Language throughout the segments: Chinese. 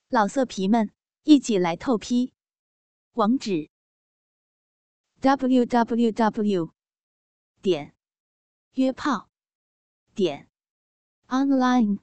老色皮们，一起来透批！网址 www.约炮online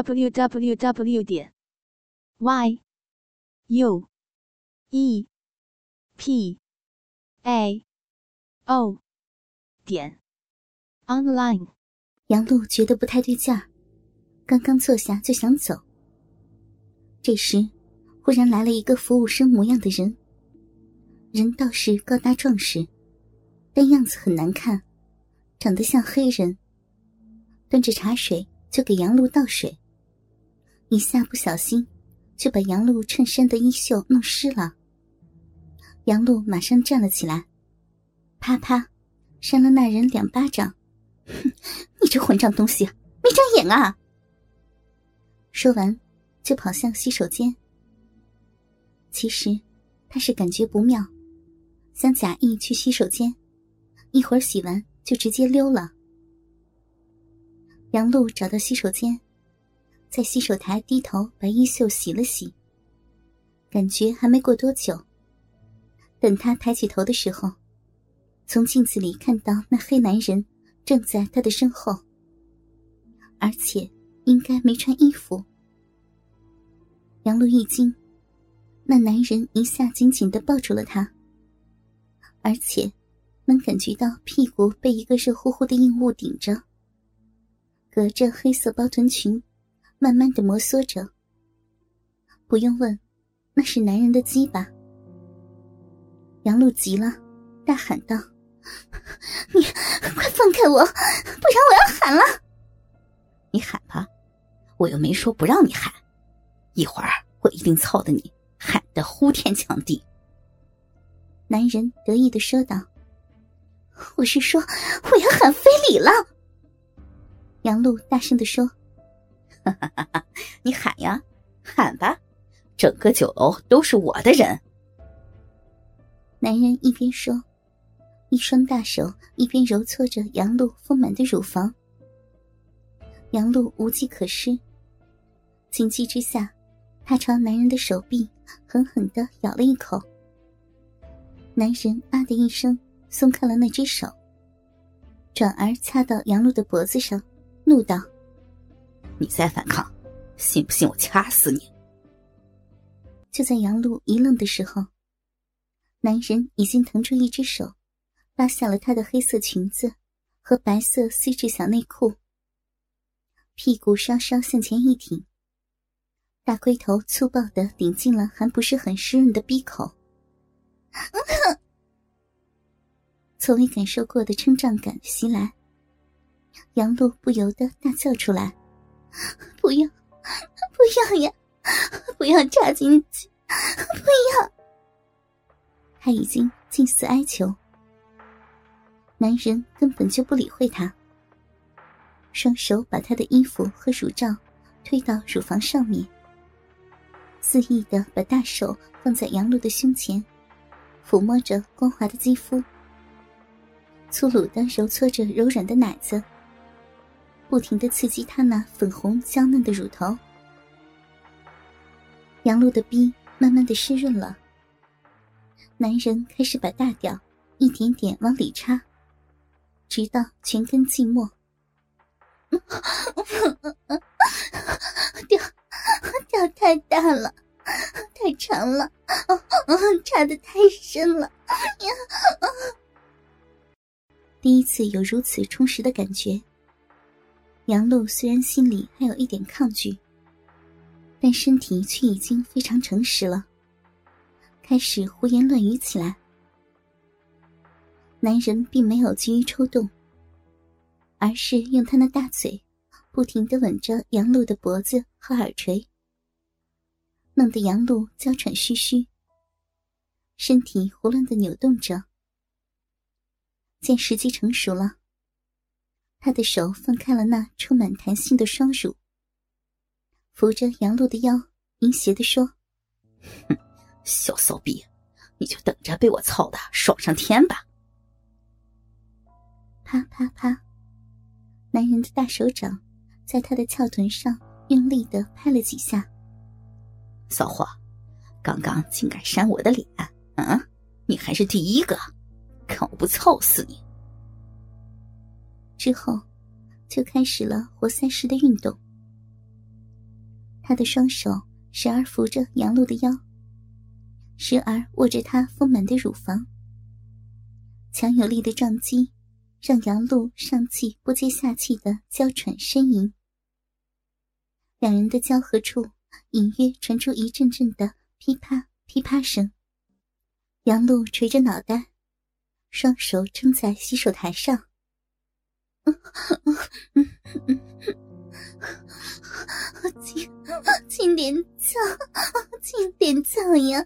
www.yuepao.online。 杨璐觉得不太对劲儿，刚刚坐下就想走。这时忽然来了一个服务生模样的人，人倒是高大壮实，但样子很难看，长得像黑人。端着茶水就给杨璐倒水，一下不小心就把杨璐衬衫的衣袖弄湿了。杨璐马上站了起来，啪啪扇了那人2巴掌。哼，你这混账东西，没长眼啊！说完就跑向洗手间。其实他是感觉不妙，想假意去洗手间，一会儿洗完就直接溜了。杨璐找到洗手间，在洗手台低头把衣袖洗了洗，感觉还没过多久，等他抬起头的时候，从镜子里看到那黑男人正在他的身后，而且应该没穿衣服。杨璐一惊，那男人一下紧紧地抱住了她，而且能感觉到屁股被一个热乎乎的硬物顶着，隔着黑色包臀裙慢慢地摩挲着。不用问，那是男人的鸡巴。杨璐急了，大喊道：你快放开我，不然我要喊了！ 你喊吧，我又没说不让你喊，一会儿我一定操得你喊得呼天抢地。 男人得意地说道：我是说我要喊非礼了。杨璐大声地说： 哈哈哈哈，你喊呀，喊吧，整个酒楼都是我的人。 男人一边说，一双大手一边揉搓着杨璐丰满的乳房。杨璐无计可施，情急之下，她朝男人的手臂狠狠地咬了一口。男人啊的一声松开了那只手，转而掐到杨璐的脖子上，怒道： 你再反抗，信不信我掐死你？ 就在杨璐一愣的时候，男人已经腾出一只手拉下了她的黑色裙子和白色丝质小内裤，屁股稍稍向前一挺，大龟头粗暴地顶进了还不是很湿润的逼口。从未感受过的撑胀感袭来，杨璐不由得大叫出来：不要，不要呀，不要插进去，不要！他已经近似哀求。男人根本就不理会他，双手把他的衣服和乳罩推到乳房上面，肆意地把大手放在杨璐的胸前，抚摸着光滑的肌肤，粗鲁地揉搓着柔软的奶子，不停地刺激她那粉红娇嫩的乳头。杨璐的逼慢慢地湿润了，男人开始把大屌一点点往里插，直到全根浸没。屌太大了，太长了，插得太深了。第一次有如此充实的感觉，杨璐虽然心里还有一点抗拒，但身体却已经非常诚实了，开始胡言乱语起来。男人并没有急于抽动，而是用他那大嘴不停地吻着杨璐的脖子和耳垂，弄得杨璐娇喘吁吁，身体胡乱地扭动着。见时机成熟了，他的手放开了那充满弹性的双乳，扶着杨璐的腰，淫邪地说： 哼，小骚逼，你就等着被我操的爽上天吧。 啪啪啪，男人的大手掌在他的翘臀上用力地拍了几下， 骚货，刚刚竟敢扇我的脸，你还是第一个，看我不操死你！ 之后就开始了活塞式的运动。他的双手时而扶着杨璐的腰，时而握着她丰满的乳房，强有力的撞击让杨璐上气不接下气的娇喘呻吟。两人的交合处隐约传出一阵阵的噼啪噼啪声。杨璐垂着脑袋，双手撑在洗手台上。轻点操，轻点操呀！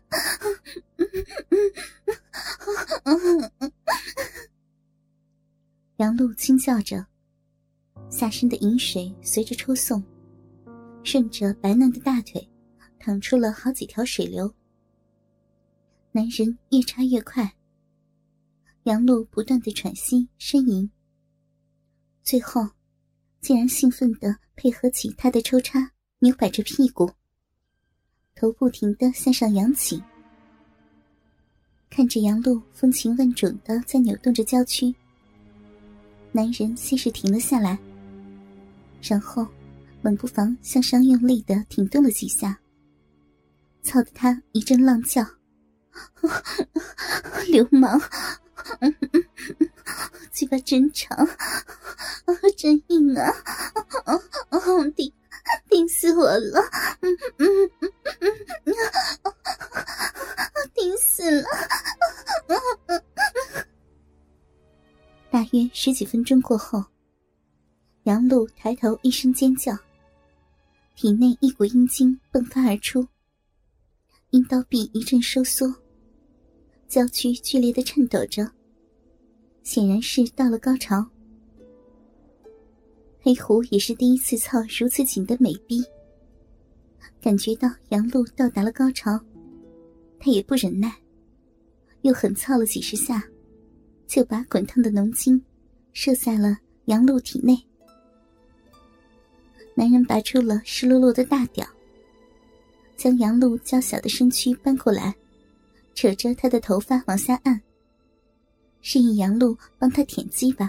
杨璐轻叫着，下身的饮水随着抽送，顺着白嫩的大腿淌出了好几条水流。男人越插越快，杨璐不断地喘息呻吟，最后竟然兴奋地配合起他的抽插，扭摆着屁股，头不停地向上扬起。看着杨璐风情万种地在扭动着娇躯，男人先是停了下来，然后冷不防向上用力地挺动了几下，操得他一阵浪叫：流氓，鸡巴真长，真硬啊，顶死我了，顶死了。大约10几分钟过后，杨璐抬头一声尖叫，体内一股阴茎迸发而出，阴道壁一阵收缩，娇躯剧烈地颤抖着，显然是到了高潮。黑狐也是第一次操如此紧的美逼，感觉到杨璐到达了高潮，他也不忍耐，又狠操了几十下，就把滚烫的浓精射在了杨璐体内。男人拔出了湿漉漉的大屌，将杨璐娇小的身躯搬过来，扯着她的头发往下按，示意杨璐帮他舔鸡巴。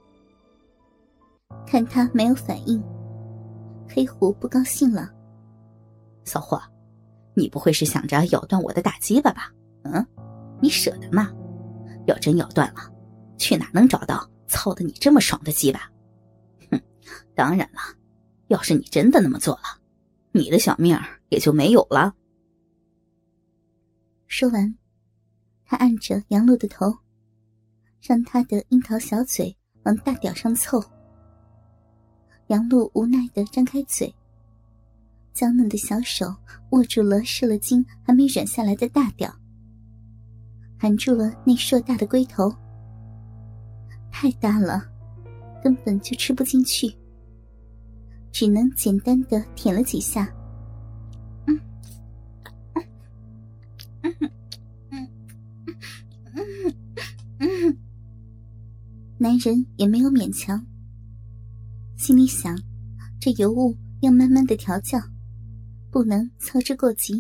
看他没有反应，黑狐不高兴了： 骚货，你不会是想着咬断我的大鸡巴吧？你舍得吗？要真咬断了，去哪能找到操得你这么爽的鸡巴？当然了，要是你真的那么做了，你的小命儿也就没有了。 说完，他按着杨璐的头，让他的樱桃小嘴往大屌上凑。杨璐无奈地张开嘴，娇嫩的小手握住了射了精还没软下来的大屌，含住了那硕大的龟头。太大了，根本就吃不进去，只能简单地舔了几下。男人也没有勉强，心里想，这尤物要慢慢的调教，不能操之过急。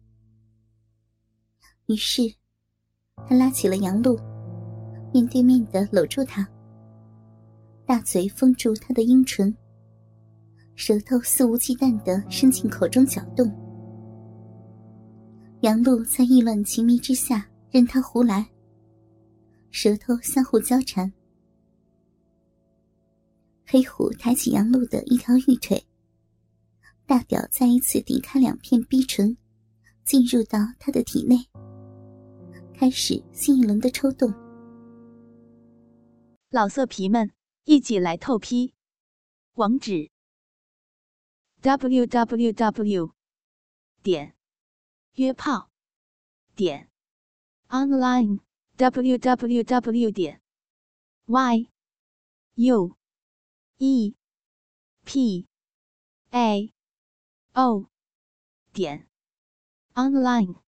于是他拉起了杨璐，面对面的搂住她，大嘴封住她的阴唇，舌头肆无忌惮地伸进口中搅动。杨璐在意乱情迷之下任他胡来，舌头相互交缠。黑虎抬起杨璐的一条玉腿，大屌再一次顶开2片逼唇，进入到他的体内，开始新一轮的抽动。 老色皮们，一起来透批！网址 www.约炮online www.yuepao.online